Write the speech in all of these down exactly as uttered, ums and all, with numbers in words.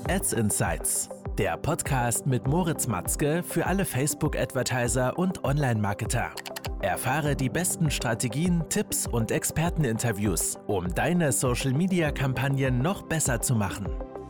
Ads Insights, der Podcast mit Moritz Matzke für alle Facebook-Advertiser und Online-Marketer. Erfahre die besten Strategien, Tipps und Experteninterviews, um deine Social-Media-Kampagnen noch besser zu machen.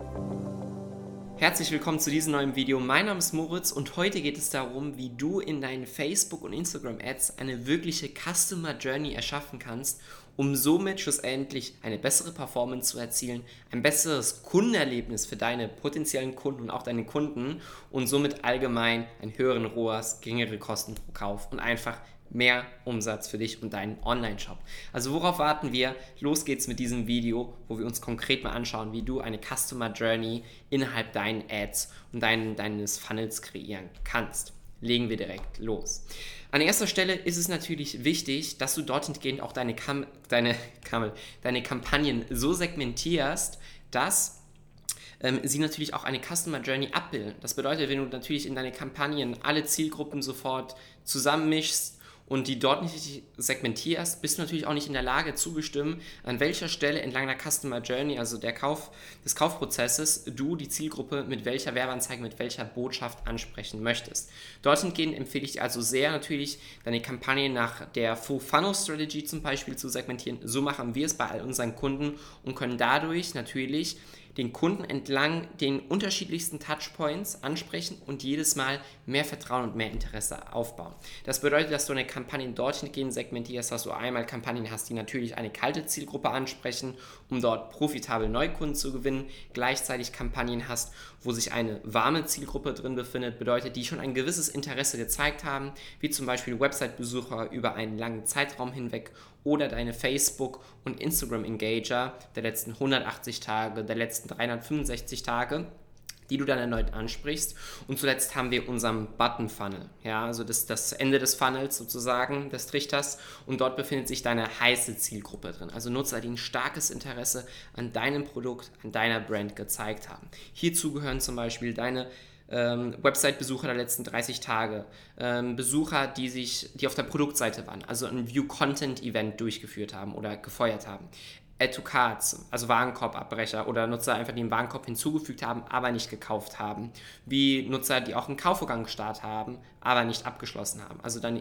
Herzlich willkommen zu diesem neuen Video. Mein Name ist Moritz und heute geht es darum, wie du in deinen Facebook- und Instagram-Ads eine wirkliche Customer Journey erschaffen kannst, um somit schlussendlich eine bessere Performance zu erzielen, ein besseres Kundenerlebnis für deine potenziellen Kunden und auch deine Kunden und somit allgemein einen höheren R O A S, geringere Kosten pro Kauf und einfach mehr Umsatz für dich und deinen Online-Shop. Also worauf warten wir? Los geht's mit diesem Video, wo wir uns konkret mal anschauen, wie du eine Customer Journey innerhalb deinen Ads und dein, deines Funnels kreieren kannst. Legen wir direkt los. An erster Stelle ist es natürlich wichtig, dass du dorthin gehend auch deine, Kam- deine, Kam- deine Kampagnen so segmentierst, dass ähm, sie natürlich auch eine Customer Journey abbilden. Das bedeutet, wenn du natürlich in deine Kampagnen alle Zielgruppen sofort zusammenmischst und die dort nicht segmentierst, bist du natürlich auch nicht in der Lage zu bestimmen, an welcher Stelle entlang der Customer Journey, also der Kauf, des Kaufprozesses, du die Zielgruppe mit welcher Werbeanzeige, mit welcher Botschaft ansprechen möchtest. Dorthin gehen empfehle ich dir also sehr natürlich, deine Kampagne nach der Full Funnel Strategy zum Beispiel zu segmentieren. So machen wir es bei all unseren Kunden und können dadurch natürlich den Kunden entlang den unterschiedlichsten Touchpoints ansprechen und jedes Mal mehr Vertrauen und mehr Interesse aufbauen. Das bedeutet, dass du eine Kampagne dorthin gehen segmentierst, dass du einmal Kampagnen hast, die natürlich eine kalte Zielgruppe ansprechen, um dort profitabel Neukunden zu gewinnen, gleichzeitig Kampagnen hast, wo sich eine warme Zielgruppe drin befindet, bedeutet, die schon ein gewisses Interesse gezeigt haben, wie zum Beispiel Website-Besucher über einen langen Zeitraum hinweg oder deine Facebook- und Instagram-Engager der letzten hundertachtzig Tage, der letzten dreihundertfünfundsechzig Tage, die du dann erneut ansprichst. Und zuletzt haben wir unseren Button-Funnel, ja, also das, das Ende des Funnels sozusagen, des Trichters, und dort befindet sich deine heiße Zielgruppe drin, also Nutzer, die ein starkes Interesse an deinem Produkt, an deiner Brand gezeigt haben. Hierzu gehören zum Beispiel deine Ähm, Website-Besucher der letzten dreißig Tage, ähm, Besucher, die sich, die auf der Produktseite waren, also ein View-Content-Event durchgeführt haben oder gefeuert haben. Add-to-Cards, also Warenkorbabbrecher oder Nutzer einfach, die einen Warenkorb hinzugefügt haben, aber nicht gekauft haben. Wie Nutzer, die auch einen Kaufvorgang gestartet haben, aber nicht abgeschlossen haben. Also deine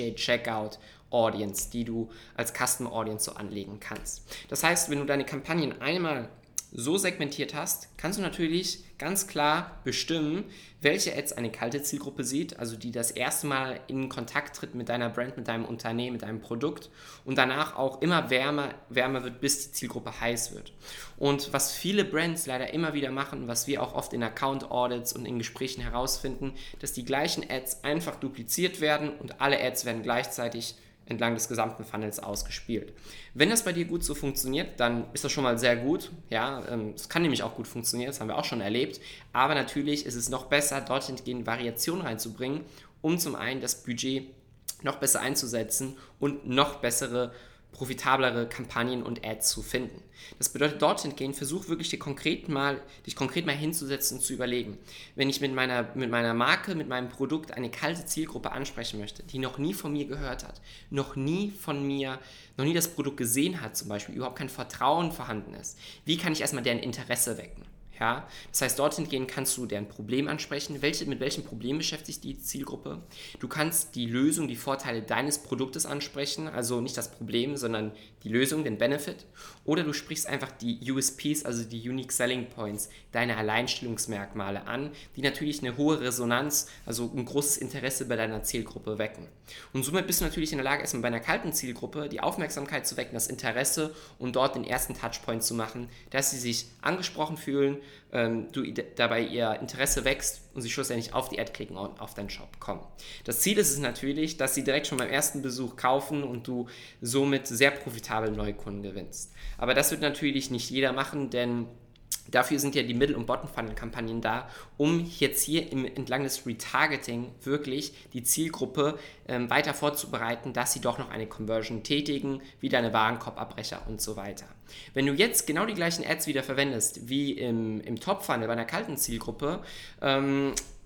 Initiate-Checkout-Audience, die du als Custom-Audience so anlegen kannst. Das heißt, wenn du deine Kampagnen einmal so segmentiert hast, kannst du natürlich ganz klar bestimmen, welche Ads eine kalte Zielgruppe sieht, also die das erste Mal in Kontakt tritt mit deiner Brand, mit deinem Unternehmen, mit deinem Produkt und danach auch immer wärmer, wärmer wird, bis die Zielgruppe heiß wird. Und was viele Brands leider immer wieder machen, was wir auch oft in Account-Audits und in Gesprächen herausfinden, dass die gleichen Ads einfach dupliziert werden und alle Ads werden gleichzeitig entlang des gesamten Funnels ausgespielt. Wenn das bei dir gut so funktioniert, dann ist das schon mal sehr gut. Ja, es kann nämlich auch gut funktionieren, das haben wir auch schon erlebt. Aber natürlich ist es noch besser, dorthin gehend Variation reinzubringen, um zum einen das Budget noch besser einzusetzen und noch bessere, profitablere Kampagnen und Ads zu finden. Das bedeutet, dorthin gehen, versuch wirklich dir konkret mal, dich konkret mal hinzusetzen und zu überlegen, wenn ich mit meiner, mit meiner Marke, mit meinem Produkt eine kalte Zielgruppe ansprechen möchte, die noch nie von mir gehört hat, noch nie von mir, noch nie das Produkt gesehen hat zum Beispiel, überhaupt kein Vertrauen vorhanden ist, wie kann ich erstmal deren Interesse wecken? Ja, das heißt, dorthin gehen kannst du deren Problem ansprechen. Welche, mit welchem Problem beschäftigt sich die Zielgruppe? Du kannst die Lösung, die Vorteile deines Produktes ansprechen, also nicht das Problem, sondern die Lösung, den Benefit. Oder du sprichst einfach die U S Ps, also die Unique Selling Points, deine Alleinstellungsmerkmale an, die natürlich eine hohe Resonanz, also ein großes Interesse bei deiner Zielgruppe wecken. Und somit bist du natürlich in der Lage, erstmal bei einer kalten Zielgruppe die Aufmerksamkeit zu wecken, das Interesse und dort den ersten Touchpoint zu machen, dass sie sich angesprochen fühlen, ähm, du dabei ihr Interesse wächst und sie schlussendlich auf die Ad klicken und auf deinen Shop kommen. Das Ziel ist es natürlich, dass sie direkt schon beim ersten Besuch kaufen und du somit sehr profitabel Neukunden gewinnst. Aber das wird natürlich nicht jeder machen, denn dafür sind ja die Mittel- und Bottom-Funnel-Kampagnen da, um jetzt hier im, entlang des Retargeting wirklich die Zielgruppe ähm, weiter vorzubereiten, dass sie doch noch eine Conversion tätigen, wie deine Warenkorbabbrecher und so weiter. Wenn du jetzt genau die gleichen Ads wieder verwendest, wie im, im Top-Funnel bei einer kalten Zielgruppe, ähm,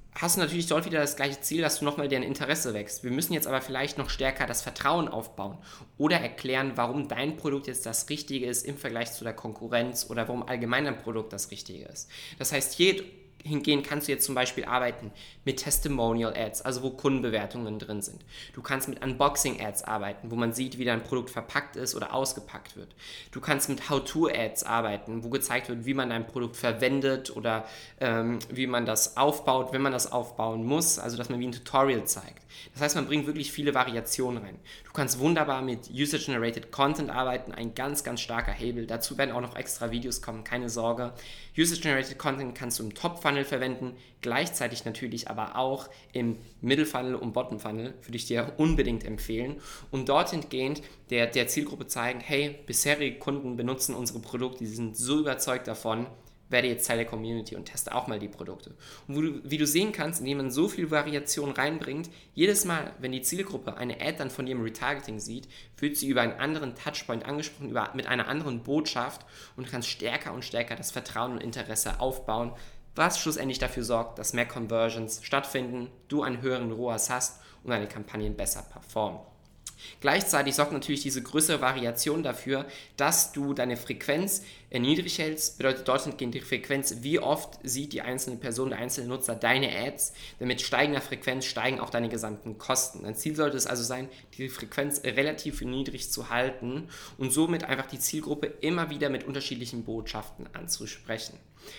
hast du natürlich dort wieder das gleiche Ziel, dass du nochmal deren Interesse wächst. Wir müssen jetzt aber vielleicht noch stärker das Vertrauen aufbauen oder erklären, warum dein Produkt jetzt das Richtige ist im Vergleich zu der Konkurrenz oder warum allgemein dein Produkt das Richtige ist. Das heißt, hier hingehen kannst du jetzt zum Beispiel arbeiten mit Testimonial Ads, also wo Kundenbewertungen drin sind. Du kannst mit Unboxing Ads arbeiten, wo man sieht, wie dein Produkt verpackt ist oder ausgepackt wird. Du kannst mit How-to Ads arbeiten, wo gezeigt wird, wie man dein Produkt verwendet oder ähm, wie man das aufbaut, wenn man das aufbauen muss, also dass man wie ein Tutorial zeigt. Das heißt, man bringt wirklich viele Variationen rein. Du kannst wunderbar mit User-Generated Content arbeiten, ein ganz, ganz starker Hebel. Dazu werden auch noch extra Videos kommen, keine Sorge. User-Generated Content kannst du im Top-Funnel verwenden, gleichzeitig natürlich aber auch im Middle-Funnel und Bottom-Funnel, würde ich dir unbedingt empfehlen. Und dorthin gehend der, der Zielgruppe zeigen, hey, bisherige Kunden benutzen unsere Produkte, die sind so überzeugt davon, werde jetzt Teil der Community und teste auch mal die Produkte. Und wo du, wie du sehen kannst, indem man so viel Variation reinbringt, jedes Mal, wenn die Zielgruppe eine Ad dann von dir im Retargeting sieht, wird sie über einen anderen Touchpoint angesprochen, über, mit einer anderen Botschaft und du kannst stärker und stärker das Vertrauen und Interesse aufbauen, was schlussendlich dafür sorgt, dass mehr Conversions stattfinden, du einen höheren R O A S hast und deine Kampagnen besser performen. Gleichzeitig sorgt natürlich diese größere Variation dafür, dass du deine Frequenz niedrig hältst, bedeutet dorthin gehend die Frequenz, wie oft sieht die einzelne Person, der einzelne Nutzer deine Ads, denn mit steigender Frequenz steigen auch deine gesamten Kosten. Dein Ziel sollte es also sein, die Frequenz relativ niedrig zu halten und somit einfach die Zielgruppe immer wieder mit unterschiedlichen Botschaften anzusprechen.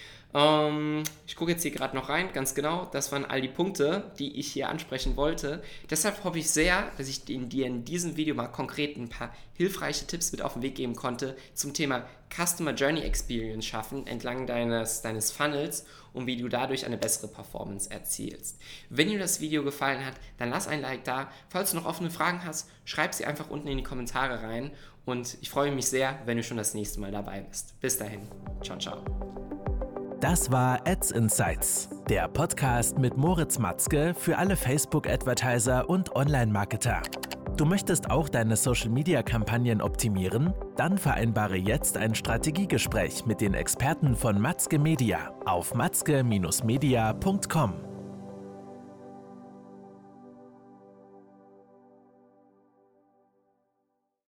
Ähm, ich gucke jetzt hier gerade noch rein, ganz genau, das waren all die Punkte, die ich hier ansprechen wollte. Deshalb hoffe ich sehr, dass ich dir in diesem Video mal konkret ein paar hilfreiche Tipps mit auf den Weg geben konnte zum Thema Customer Journey Experience schaffen entlang deines, deines Funnels und wie du dadurch eine bessere Performance erzielst. Wenn dir das Video gefallen hat, dann lass ein Like da. Falls du noch offene Fragen hast, schreib sie einfach unten in die Kommentare rein und ich freue mich sehr, wenn du schon das nächste Mal dabei bist. Bis dahin, ciao, ciao. Das war Ads Insights, der Podcast mit Moritz Matzke für alle Facebook-Advertiser und Online-Marketer. Du möchtest auch deine Social-Media-Kampagnen optimieren? Dann vereinbare jetzt ein Strategiegespräch mit den Experten von Matzke Media auf matzke Bindestrich media Punkt com.